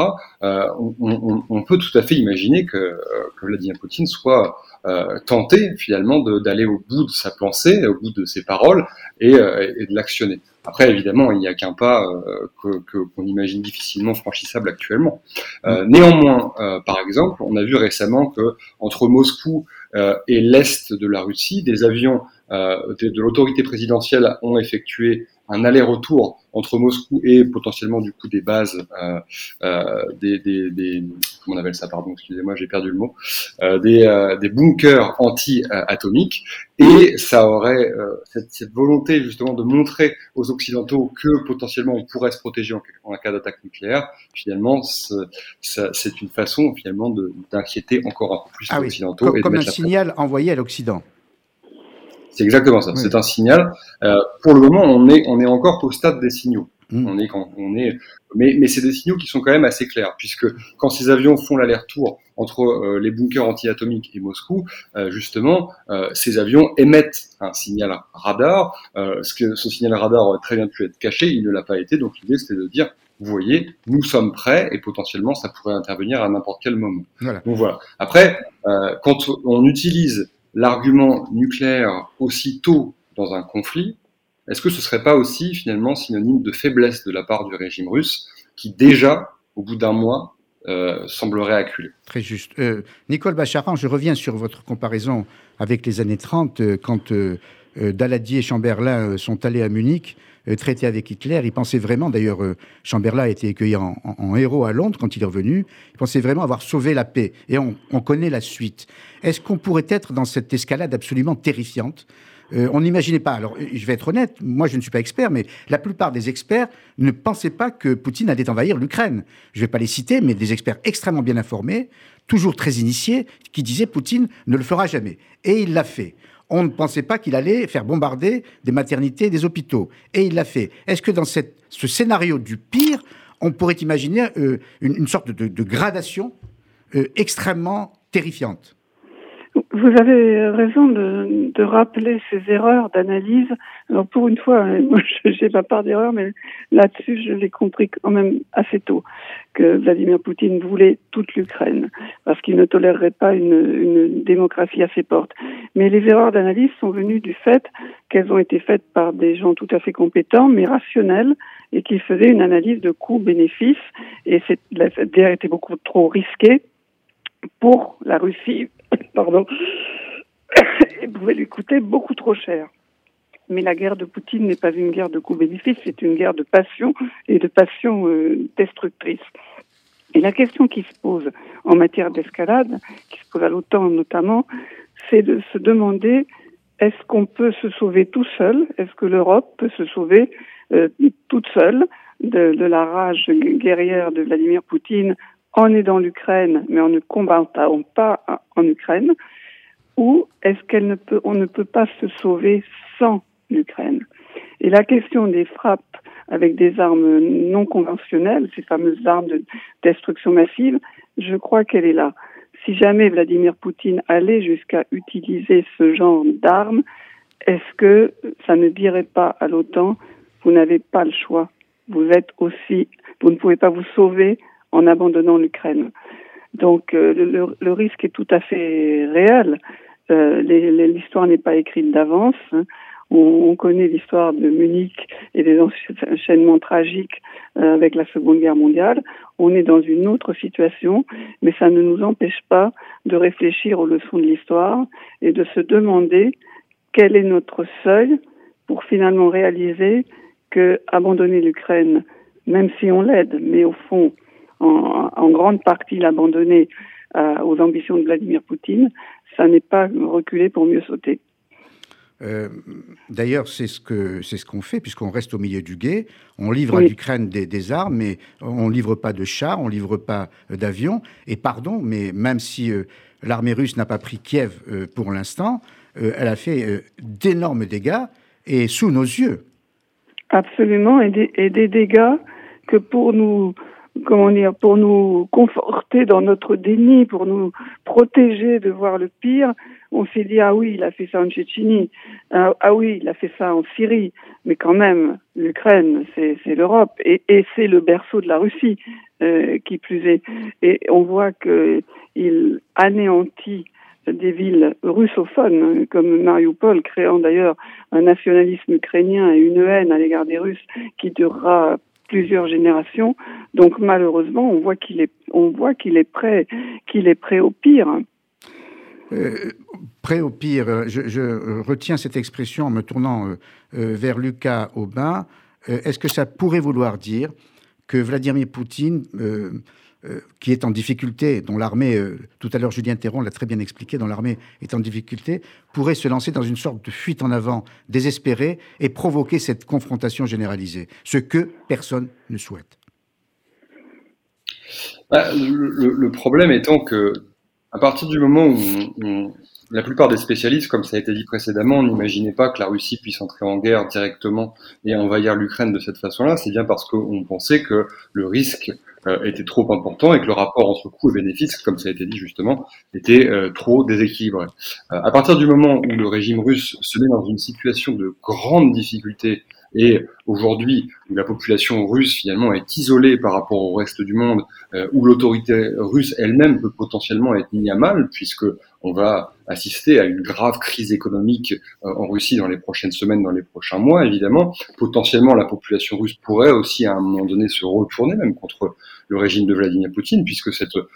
on peut tout à fait imaginer que Vladimir Poutine soit tenté finalement d'aller au bout de sa pensée, au bout de ses paroles et de l'actionner. Après, évidemment, il n'y a qu'un pas qu'on imagine difficilement franchissable actuellement. Néanmoins, par exemple, on a vu récemment que entre Moscou et l'est de la Russie, des avions de l'autorité présidentielle ont effectué un aller-retour entre Moscou et potentiellement du coup des bases comment on appelle ça, pardon, excusez-moi, j'ai perdu le mot, des bunkers anti-atomiques, et ça aurait cette volonté justement de montrer aux Occidentaux que potentiellement on pourrait se protéger en cas d'attaque nucléaire. Finalement, c'est une façon finalement d'inquiéter encore un peu plus les Occidentaux. Comme un signal envoyé à l'Occident. C'est exactement ça. Oui. C'est un signal. Pour le moment, on est encore au stade des signaux. Mais c'est des signaux qui sont quand même assez clairs, puisque quand ces avions font l'aller-retour entre les bunkers anti-atomiques et Moscou, justement, ces avions émettent un signal radar. Ce signal radar aurait très bien pu être caché, il ne l'a pas été. Donc l'idée, c'était de dire, vous voyez, nous sommes prêts et potentiellement, ça pourrait intervenir à n'importe quel moment. Voilà. Donc voilà. Après, quand on utilise l'argument nucléaire aussi tôt dans un conflit, est-ce que ce serait pas aussi finalement synonyme de faiblesse de la part du régime russe qui déjà, au bout d'un mois, semblerait acculer. Très juste. Nicole Bacharan, je reviens sur votre comparaison avec les années 30, quand Daladier et Chamberlain sont allés à Munich traiter avec Hitler. Ils pensaient vraiment, d'ailleurs, Chamberlain a été accueilli en héros à Londres quand il est revenu, il pensait vraiment avoir sauvé la paix. Et on connaît la suite. Est-ce qu'on pourrait être dans cette escalade absolument terrifiante ? On n'imaginait pas, alors je vais être honnête, moi je ne suis pas expert, mais la plupart des experts ne pensaient pas que Poutine allait envahir l'Ukraine. Je ne vais pas les citer, mais des experts extrêmement bien informés, toujours très initiés, qui disaient Poutine ne le fera jamais. Et il l'a fait. On ne pensait pas qu'il allait faire bombarder des maternités, des hôpitaux. Et il l'a fait. Est-ce que dans ce scénario du pire, on pourrait imaginer une sorte de gradation extrêmement terrifiante ? Vous avez raison de rappeler ces erreurs d'analyse. Alors pour une fois, moi j'ai ma part d'erreur, mais là-dessus je l'ai compris quand même assez tôt, que Vladimir Poutine voulait toute l'Ukraine, parce qu'il ne tolérerait pas une démocratie à ses portes. Mais les erreurs d'analyse sont venues du fait qu'elles ont été faites par des gens tout à fait compétents, mais rationnels, et qui faisaient une analyse de coût-bénéfice, et cette guerre était beaucoup trop risquée pour la Russie, et pouvait lui coûter beaucoup trop cher. Mais la guerre de Poutine n'est pas une guerre de coût-bénéfice, c'est une guerre de passion et de passion destructrice. Et la question qui se pose en matière d'escalade, qui se pose à l'OTAN notamment, c'est de se demander, est-ce qu'on peut se sauver tout seul ? Est-ce que l'Europe peut se sauver toute seule de la rage guerrière de Vladimir Poutine en aidant l'Ukraine, mais en ne combattant pas en Ukraine, ou est-ce on ne peut pas se sauver sans l'Ukraine ? Et la question des frappes avec des armes non conventionnelles, ces fameuses armes de destruction massive, je crois qu'elle est là. Si jamais Vladimir Poutine allait jusqu'à utiliser ce genre d'armes, est-ce que ça ne dirait pas à l'OTAN, vous n'avez pas le choix, vous ne pouvez pas vous sauver en abandonnant l'Ukraine. Donc le risque est tout à fait réel. L'histoire n'est pas écrite d'avance. Hein. On connaît l'histoire de Munich et des enchaînements tragiques avec la Seconde Guerre mondiale. On est dans une autre situation, mais ça ne nous empêche pas de réfléchir aux leçons de l'histoire et de se demander quel est notre seuil pour finalement réaliser que abandonner l'Ukraine, même si on l'aide, mais au fond, en grande partie l'abandonner aux ambitions de Vladimir Poutine, ça n'est pas reculer pour mieux sauter. D'ailleurs, c'est ce qu'on fait, puisqu'on reste au milieu du gué. On livre à l'Ukraine des armes, mais on ne livre pas de chars, on ne livre pas d'avions. Et pardon, mais même si l'armée russe n'a pas pris Kiev pour l'instant, elle a fait d'énormes dégâts, et sous nos yeux. Absolument, et des dégâts que pour nous conforter dans notre déni, pour nous protéger de voir le pire, on s'est dit, ah oui, il a fait ça en Tchétchénie, ah oui, il a fait ça en Syrie, mais quand même, l'Ukraine, c'est l'Europe, et c'est le berceau de la Russie, qui plus est. Et on voit qu'il anéantit des villes russophones, comme Mariupol, créant d'ailleurs un nationalisme ukrainien et une haine à l'égard des Russes qui durera plusieurs générations. Donc malheureusement, on voit qu'il est prêt au pire. Prêt au pire. Je retiens cette expression en me tournant vers Lucas Aubin. Est-ce que ça pourrait vouloir dire que Vladimir Poutine, qui est en difficulté, dont l'armée, tout à l'heure Julien Théron l'a très bien expliqué, dont l'armée est en difficulté, pourrait se lancer dans une sorte de fuite en avant désespérée et provoquer cette confrontation généralisée, ce que personne ne souhaite. Le problème étant que, à partir du moment où la plupart des spécialistes, comme ça a été dit précédemment, n'imaginait pas que la Russie puisse entrer en guerre directement et envahir l'Ukraine de cette façon-là, c'est bien parce qu'on pensait que le risque était trop important et que le rapport entre coûts et bénéfices, comme ça a été dit justement, était trop déséquilibré. À partir du moment où le régime russe se met dans une situation de grande difficulté et aujourd'hui où la population russe finalement est isolée par rapport au reste du monde, où l'autorité russe elle-même peut potentiellement être mise à mal, puisque on va assister à une grave crise économique en Russie dans les prochaines semaines, dans les prochains mois, évidemment. Potentiellement, la population russe pourrait aussi, à un moment donné, se retourner même contre le régime de Vladimir Poutine, puisque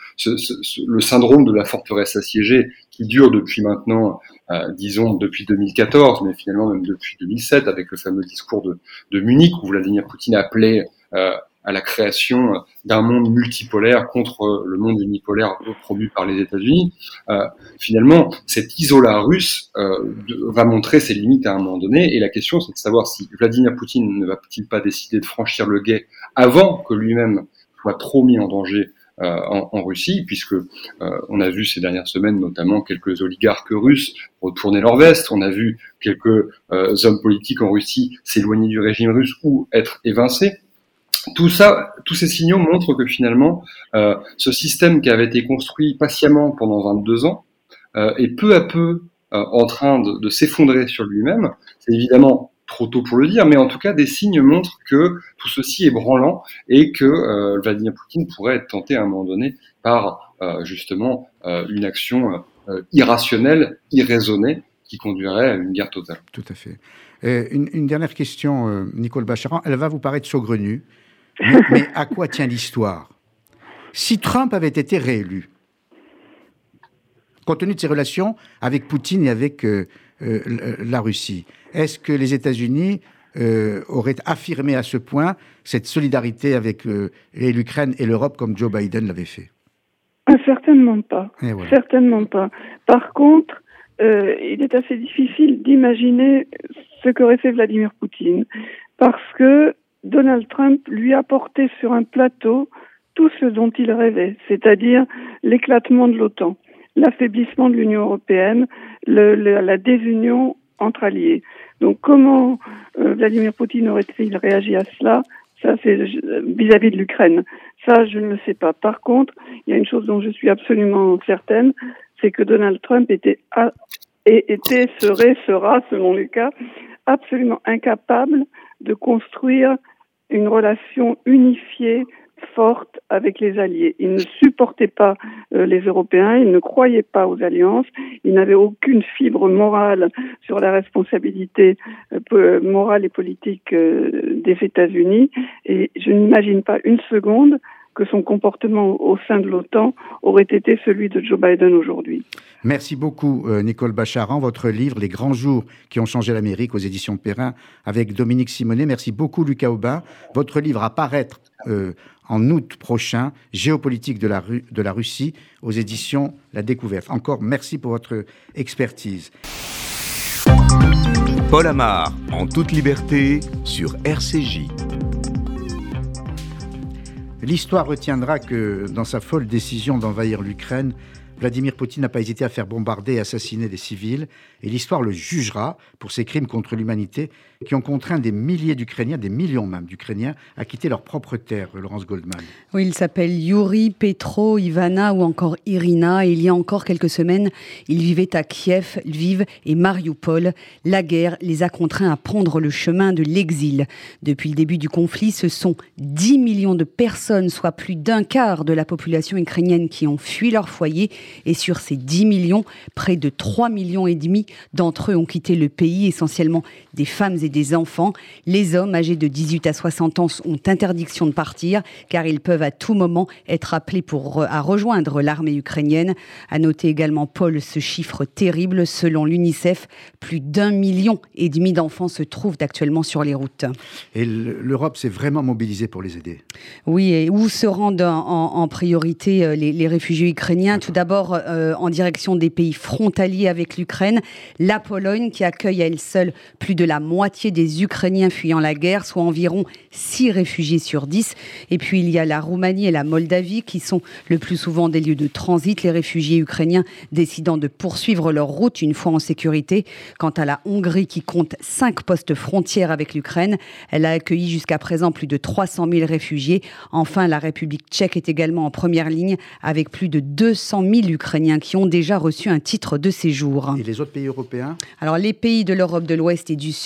le syndrome de la forteresse assiégée, qui dure depuis maintenant, disons, depuis 2014, mais finalement même depuis 2007, avec le fameux discours de Munich, où Vladimir Poutine appelait à la création d'un monde multipolaire contre le monde unipolaire promu par les États-Unis. Finalement, cet isolat russe va montrer ses limites à un moment donné, et la question c'est de savoir si Vladimir Poutine ne va-t-il pas décider de franchir le gué avant que lui-même soit trop mis en danger en Russie, puisque on a vu ces dernières semaines notamment quelques oligarques russes retourner leur veste, on a vu quelques hommes politiques en Russie s'éloigner du régime russe ou être évincés. Tout ça, tous ces signaux montrent que finalement, ce système qui avait été construit patiemment pendant 22 ans est peu à peu en train de s'effondrer sur lui-même. C'est évidemment trop tôt pour le dire, mais en tout cas, des signes montrent que tout ceci est branlant et que Vladimir Poutine pourrait être tenté à un moment donné par justement une action irrationnelle, irraisonnée, qui conduirait à une guerre totale. Tout à fait. Une dernière question, Nicole Bacharan, elle va vous paraître saugrenue, mais à quoi tient l'histoire ? Si Trump avait été réélu, compte tenu de ses relations avec Poutine et avec la Russie, est-ce que les États-Unis auraient affirmé à ce point cette solidarité avec l'Ukraine et l'Europe comme Joe Biden l'avait fait ? Certainement pas. Voilà. Certainement pas. Par contre, il est assez difficile d'imaginer ce qu'aurait fait Vladimir Poutine, parce que Donald Trump lui a porté sur un plateau tout ce dont il rêvait, c'est-à-dire l'éclatement de l'OTAN, l'affaiblissement de l'Union européenne, la désunion entre alliés. Donc comment Vladimir Poutine aurait-il réagi à cela ? Ça, c'est vis-à-vis de l'Ukraine. Ça, je ne le sais pas. Par contre, il y a une chose dont je suis absolument certaine, c'est que Donald Trump sera, selon les cas, absolument incapable de construire une relation unifiée, forte avec les alliés. Il ne supportait pas les Européens, il ne croyait pas aux alliances, il n'avait aucune fibre morale sur la responsabilité morale et politique des États-Unis, et je n'imagine pas une seconde que son comportement au sein de l'OTAN aurait été celui de Joe Biden aujourd'hui. Merci beaucoup, Nicole Bacharan. Votre livre, Les grands jours qui ont changé l'Amérique, aux éditions Perrin, avec Dominique Simonet. Merci beaucoup, Lucas Aubin. Votre livre à paraître en août prochain, Géopolitique de la Russie, aux éditions La Découverte. Encore merci pour votre expertise. Paul Amar, en toute liberté, sur RCJ. L'histoire retiendra que dans sa folle décision d'envahir l'Ukraine, Vladimir Poutine n'a pas hésité à faire bombarder et assassiner des civils, et l'histoire le jugera pour ses crimes contre l'humanité qui ont contraint des milliers d'Ukrainiens, des millions même d'Ukrainiens, à quitter leur propre terre. Laurence Goldman. Oui, il s'appelle Yuri, Petro, Ivana ou encore Irina. Et il y a encore quelques semaines, ils vivaient à Kiev, Lviv et Mariupol. La guerre les a contraints à prendre le chemin de l'exil. Depuis le début du conflit, ce sont 10 millions de personnes, soit plus d'un quart de la population ukrainienne qui ont fui leur foyer. Et sur ces 10 millions, près de 3,5 millions d'entre eux ont quitté le pays, essentiellement des femmes et des enfants. Les hommes âgés de 18 à 60 ans ont interdiction de partir, car ils peuvent à tout moment être appelés à rejoindre l'armée ukrainienne. À noter également, Paul, ce chiffre terrible. Selon l'UNICEF, plus d'1,5 million d'enfants se trouvent actuellement sur les routes. Et l'Europe s'est vraiment mobilisée pour les aider. Oui, et où se rendent en priorité les réfugiés ukrainiens ? Tout d'abord, en direction des pays frontaliers avec l'Ukraine, la Pologne qui accueille à elle seule plus de la moitié des Ukrainiens fuyant la guerre, soit environ 6 réfugiés sur 10. Et puis il y a la Roumanie et la Moldavie qui sont le plus souvent des lieux de transit, les réfugiés ukrainiens décidant de poursuivre leur route une fois en sécurité. Quant à la Hongrie qui compte 5 postes frontières avec l'Ukraine, elle a accueilli jusqu'à présent plus de 300 000 réfugiés. Enfin, la République tchèque est également en première ligne avec plus de 200 000 Ukrainiens qui ont déjà reçu un titre de séjour. Et les autres pays européens ? Alors les pays de l'Europe de l'Ouest et du Sud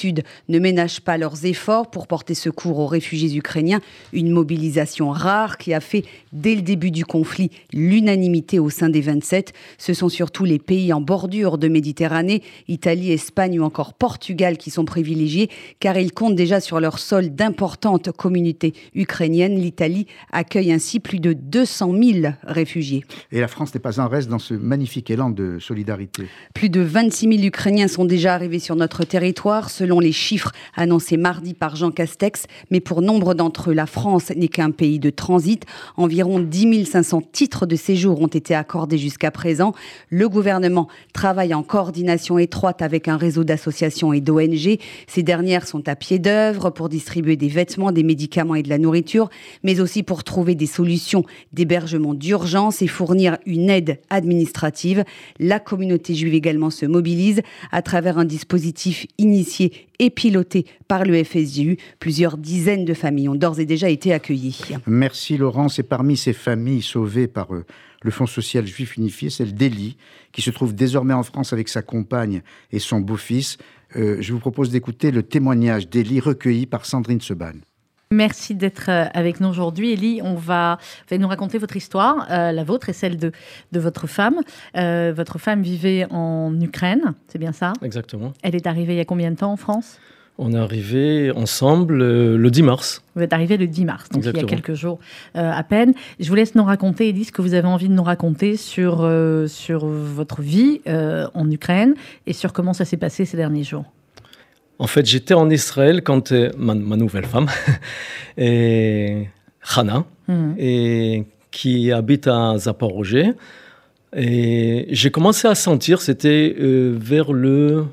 ne ménagent pas leurs efforts pour porter secours aux réfugiés ukrainiens. Une mobilisation rare qui a fait, dès le début du conflit, l'unanimité au sein des 27. Ce sont surtout les pays en bordure de Méditerranée, Italie, Espagne ou encore Portugal qui sont privilégiés, car ils comptent déjà sur leur sol d'importantes communautés ukrainiennes. L'Italie accueille ainsi plus de 200 000 réfugiés. Et la France n'est pas en reste dans ce magnifique élan de solidarité. Plus de 26 000 Ukrainiens sont déjà arrivés sur notre territoire, selon les chiffres annoncés mardi par Jean Castex. Mais pour nombre d'entre eux, la France n'est qu'un pays de transit. Environ 10 500 titres de séjour ont été accordés jusqu'à présent. Le gouvernement travaille en coordination étroite avec un réseau d'associations et d'ONG. Ces dernières sont à pied d'œuvre pour distribuer des vêtements, des médicaments et de la nourriture, mais aussi pour trouver des solutions d'hébergement d'urgence et fournir une aide administrative. La communauté juive également se mobilise à travers un dispositif initié et piloté par le FSJU. Plusieurs dizaines de familles ont d'ores et déjà été accueillies. Merci Laurence. Et parmi ces familles sauvées par le Fonds social juif unifié, celle d'Élie, qui se trouve désormais en France avec sa compagne et son beau-fils. Je vous propose d'écouter le témoignage d'Élie recueilli par Sandrine Seban. Merci d'être avec nous aujourd'hui. Élie, vous allez nous raconter votre histoire, la vôtre et celle de votre femme. Votre femme vivait en Ukraine, c'est bien ça ? Exactement. Elle est arrivée il y a combien de temps en France ? On est arrivés ensemble le 10 mars. Vous êtes arrivés le 10 mars, donc Exactement. il y a quelques jours à peine. Je vous laisse nous raconter, Élie, ce que vous avez envie de nous raconter sur votre vie en Ukraine et sur comment ça s'est passé ces derniers jours. En fait, j'étais en Israël quand ma nouvelle femme, et Hana, et qui habite à Zaporozhye. Et j'ai commencé à sentir, c'était vers le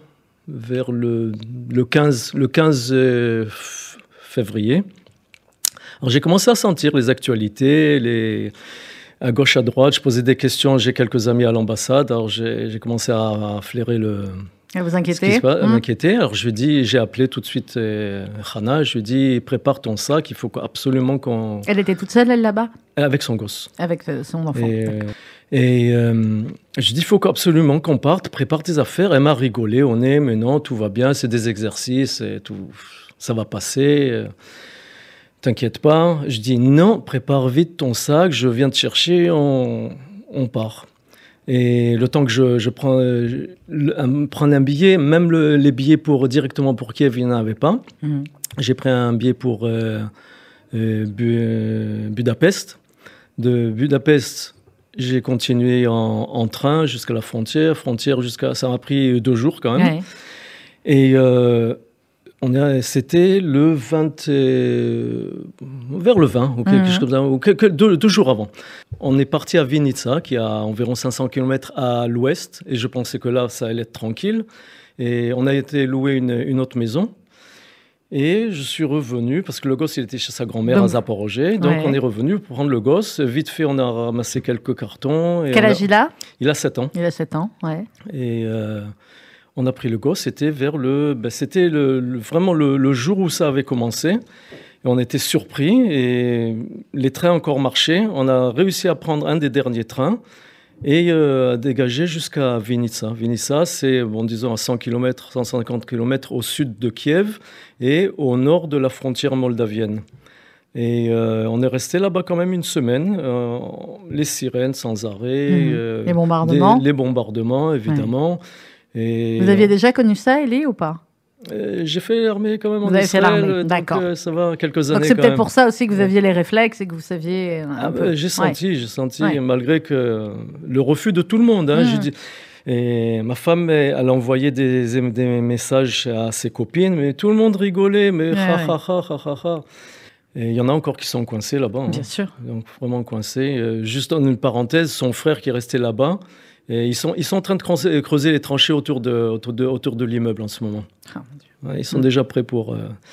15 février. Alors j'ai commencé à sentir les actualités, à gauche, à droite. Je posais des questions, j'ai quelques amis à l'ambassade. Alors j'ai commencé à flairer à vous inquiéter. À m'inquiéter. Alors j'ai appelé tout de suite Hana. Je lui ai dit, prépare ton sac, il faut absolument qu'on... Elle était toute seule, elle, là-bas ? Avec son gosse. Avec son enfant. Et je lui ai dit, il faut absolument qu'on parte, prépare tes affaires. Elle m'a rigolé au nez, mais non, tout va bien, c'est des exercices, et tout, ça va passer. T'inquiète pas. Je dis, non, prépare vite ton sac, je viens te chercher, on part. Et le temps que je prends un billet, même les billets directement pour Kiev, il n'y en avait pas. J'ai pris un billet pour Budapest. De Budapest, j'ai continué en train jusqu'à la frontière. Ça m'a pris 2 jours quand même. Ouais. Et c'était le 20, vers le 20, ou quelque chose comme ça, ou 2 jours avant. On est parti à Vinica, qui est à environ 500 km à l'ouest, et je pensais que là, ça allait être tranquille. Et on a été louer une autre maison. Et je suis revenu, parce que le gosse, il était chez sa grand-mère à Zaporozhye. Donc, on est revenu pour prendre le gosse. Vite fait, on a ramassé quelques cartons. Et quel âge il a ? Il a 7 ans. Il a 7 ans, ouais. Et on a pris le gosse. C'était vraiment le jour où ça avait commencé. Et on était surpris. Et les trains encore marchaient. On a réussi à prendre un des derniers trains et à dégager jusqu'à Vinica. Vinica, c'est, disons, à 100 km, 150 km au sud de Kiev et au nord de la frontière moldavienne. Et on est resté là-bas quand même une semaine. Les sirènes sans arrêt. Les bombardements. Les bombardements, évidemment. Ouais. Et vous aviez déjà connu ça, Élie, ou pas ? J'ai fait l'armée quand même en Israël. Vous avez fait l'armée, d'accord. Ça va, quelques années. Donc c'est peut-être pour ça aussi que vous aviez les réflexes et que vous saviez un peu. J'ai senti, malgré que le refus de tout le monde. Hein, et ma femme, elle envoyait des messages à ses copines, mais tout le monde rigolait, mais Et il y en a encore qui sont coincés là-bas. Bien sûr. Donc vraiment coincés. Juste en une parenthèse, son frère qui est resté là-bas. Et ils sont en train de creuser les tranchées autour de l'immeuble en ce moment. Oh, mon Dieu. Ils sont déjà prêts pour...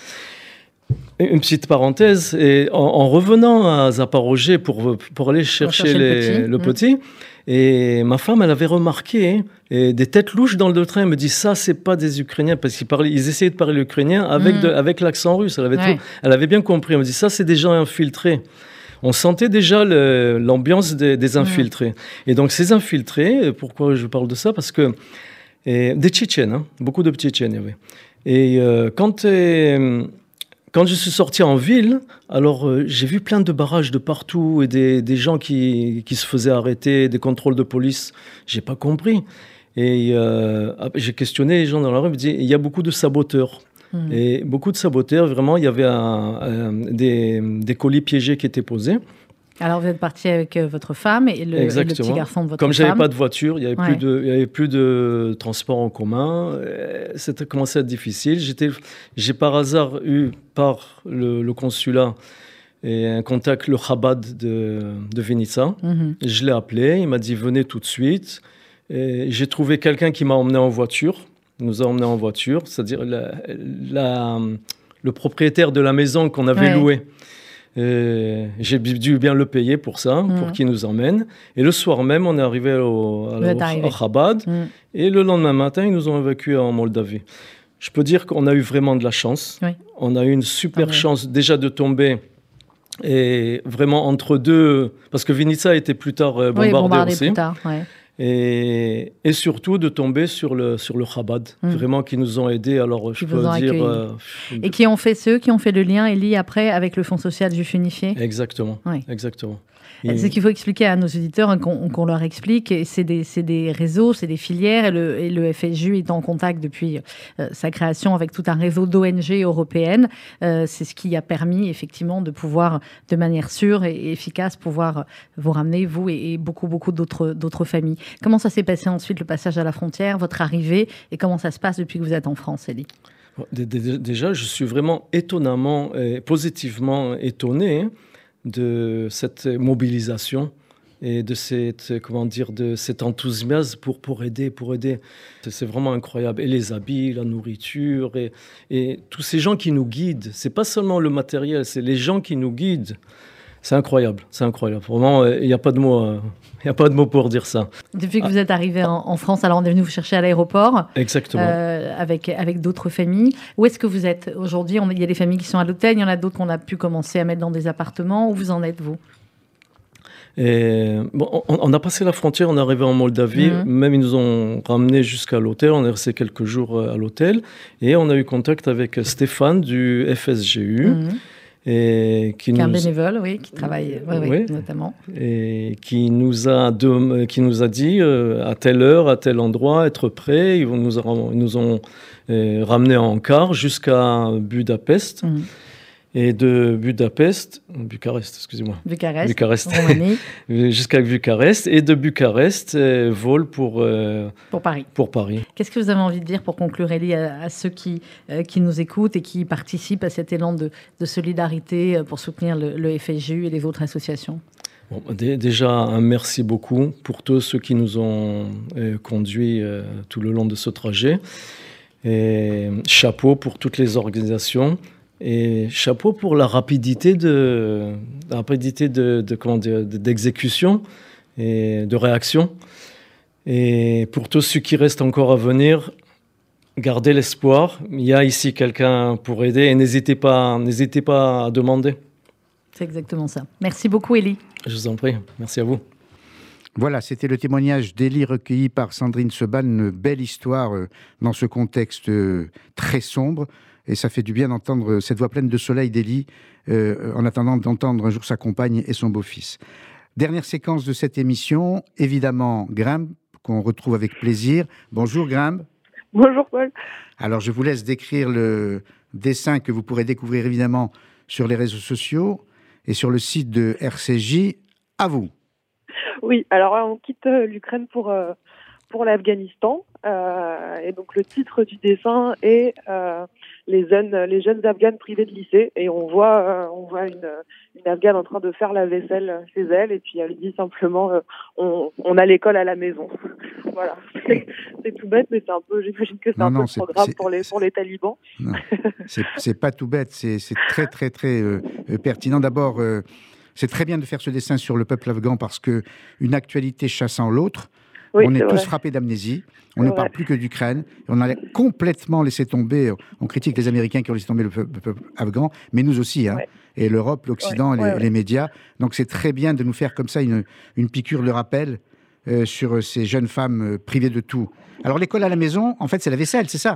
Une petite parenthèse, et en revenant à Zaporozhye pour aller chercher le petit, et ma femme, elle avait remarqué des têtes louches dans le train. Elle me dit, ça, c'est pas des Ukrainiens, parce qu'ils essayaient de parler l'ukrainien avec l'accent russe. Elle avait bien compris. Elle me dit, ça, c'est des gens infiltrés. On sentait déjà l'ambiance des infiltrés. Et donc, ces infiltrés, pourquoi je parle de ça ? Parce que des Tchétchènes, beaucoup de Tchétchènes, il y avait. Et quand je suis sorti en ville, alors j'ai vu plein de barrages de partout et des gens qui se faisaient arrêter, des contrôles de police. J'ai pas compris. Et j'ai questionné les gens dans la rue, ils me disaient, il y a beaucoup de saboteurs. Et beaucoup de saboteurs, vraiment, il y avait des colis piégés qui étaient posés. Alors vous êtes parti avec votre femme et le petit garçon de votre femme. Comme j'avais pas de voiture, il y avait plus de transport en commun. C'était commencé à être difficile. J'ai par hasard eu par le consulat et un contact, le Chabad de Vinica. Je l'ai appelé, il m'a dit venez tout de suite. Et j'ai trouvé quelqu'un qui m'a emmené en voiture. Nous a emmenés en voiture, c'est-à-dire le propriétaire de la maison qu'on avait louée. J'ai dû bien le payer pour ça, pour qu'il nous emmène. Et le soir même, on est arrivé à Chabad. Et le lendemain matin, ils nous ont évacués en Moldavie. Je peux dire qu'on a eu vraiment de la chance. Oui. On a eu une super chance déjà de tomber. Et vraiment entre deux... Parce que Vinica a été plus tard bombardé aussi. Plus tard, Et surtout de tomber sur le Chabad, vraiment qui nous ont aidés. Alors je peux dire et qui ont fait le lien, Elie, après avec le Fonds social juif unifié. Exactement, exactement. C'est ce qu'il faut expliquer à nos auditeurs, qu'on leur explique. C'est des réseaux, c'est des filières, et le FSJU est en contact depuis sa création avec tout un réseau d'ONG européennes. C'est ce qui a permis effectivement de pouvoir, de manière sûre et efficace, pouvoir vous ramener, vous et beaucoup d'autres familles. Comment ça s'est passé ensuite, le passage à la frontière, votre arrivée, et comment ça se passe depuis que vous êtes en France, Elie? Déjà, je suis vraiment étonnamment et positivement étonné de cette mobilisation et de cet enthousiasme pour aider. C'est vraiment incroyable. Et les habits, la nourriture et tous ces gens qui nous guident. C'est pas seulement le matériel, c'est les gens qui nous guident. C'est incroyable. Vraiment, il n'y a pas de mots pour dire ça. Depuis que vous êtes arrivé en France, alors on est venu vous chercher à l'aéroport. Exactement. Avec d'autres familles. Où est-ce que vous êtes aujourd'hui? Il y a des familles qui sont à l'hôtel, il y en a d'autres qu'on a pu commencer à mettre dans des appartements. Où vous en êtes, vous? On a passé la frontière, on est arrivé en Moldavie. Même ils nous ont ramenés jusqu'à l'hôtel. On est resté quelques jours à l'hôtel. Et on a eu contact avec Stéphane du FSJU. Et qui est un bénévole, qui travaille notamment. Et qui nous a dit à telle heure, à tel endroit, être prêts. Ils nous ont ramenés en car jusqu'à Budapest. Et de Bucarest, Roumanie. Jusqu'à Bucarest. Et de Bucarest, vol pour Paris. Pour Paris. Qu'est-ce que vous avez envie de dire pour conclure, Elie, à ceux qui nous écoutent et qui participent à cet élan de solidarité pour soutenir le FSJU et les autres associations? Déjà, un merci beaucoup pour tous ceux qui nous ont conduits tout le long de ce trajet. Et chapeau pour toutes les organisations. Et chapeau pour la rapidité d'exécution et de réaction. Et pour tous ceux qui restent encore à venir, gardez l'espoir. Il y a ici quelqu'un pour aider et n'hésitez pas à demander. C'est exactement ça. Merci beaucoup, Elie. Je vous en prie. Merci à vous. Voilà, c'était le témoignage d'Elie recueilli par Sandrine Seban. Une belle histoire dans ce contexte très sombre. Et ça fait du bien d'entendre cette voix pleine de soleil d'Elie en attendant d'entendre un jour sa compagne et son beau-fils. Dernière séquence de cette émission, évidemment, Grimbe, qu'on retrouve avec plaisir. Bonjour Grimbe. Bonjour Paul. Alors je vous laisse décrire le dessin que vous pourrez découvrir évidemment sur les réseaux sociaux et sur le site de RCJ. À vous. Oui, alors on quitte l'Ukraine pour l'Afghanistan. Et donc le titre du dessin est les jeunes Afghanes privées de lycée. Et on voit une Afghane en train de faire la vaisselle chez elle. Et puis elle dit simplement on a l'école à la maison. Voilà, c'est tout bête, mais c'est un peu, j'imagine que c'est un peu le programme pour les talibans. Non, c'est pas tout bête, c'est très très très pertinent. D'abord, c'est très bien de faire ce dessin sur le peuple afghan parce que une actualité chassant l'autre. Oui, on est tous frappés d'amnésie. On ne parle plus que d'Ukraine. On a complètement laissé tomber. On critique les Américains qui ont laissé tomber le peuple afghan, mais nous aussi. Hein, et l'Europe, l'Occident, les médias. Donc c'est très bien de nous faire comme ça une piqûre de rappel sur ces jeunes femmes privées de tout. Alors l'école à la maison, en fait, c'est la vaisselle, c'est ça?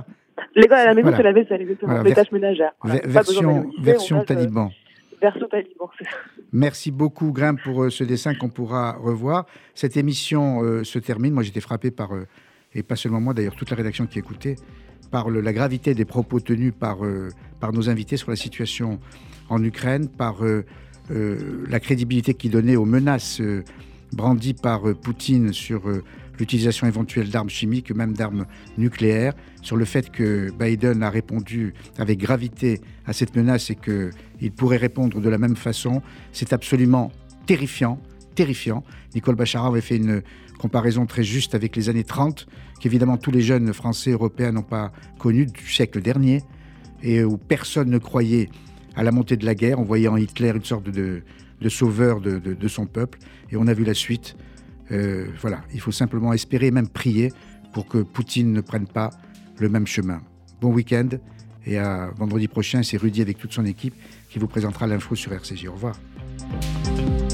L'école à la maison, Voilà. c'est la vaisselle, exactement. Voilà, les tâches ménagères. Voilà. Pas besoin d'aller au lycée, version on passe, Taliban. Version Taliban, c'est ça. Merci beaucoup, Grimpe, pour ce dessin qu'on pourra revoir. Cette émission se termine. Moi, j'étais frappé par, et pas seulement moi, d'ailleurs, toute la rédaction qui écoutait, par la gravité des propos tenus par nos invités sur la situation en Ukraine, par la crédibilité qu'ils donnaient aux menaces brandies par Poutine sur l'utilisation éventuelle d'armes chimiques, même d'armes nucléaires, sur le fait que Biden a répondu avec gravité à cette menace et qu'il pourrait répondre de la même façon. C'est absolument terrifiant. Nicole Bacharach avait fait une comparaison très juste avec les années 30, qu'évidemment tous les jeunes Français, Européens n'ont pas connu du siècle dernier, et où personne ne croyait à la montée de la guerre. On voyait en Hitler une sorte de sauveur de son peuple, et on a vu la suite. Voilà, il faut simplement espérer, même prier, pour que Poutine ne prenne pas le même chemin. Bon week-end, et à vendredi prochain, c'est Rudy avec toute son équipe qui vous présentera l'info sur RCJ. Au revoir.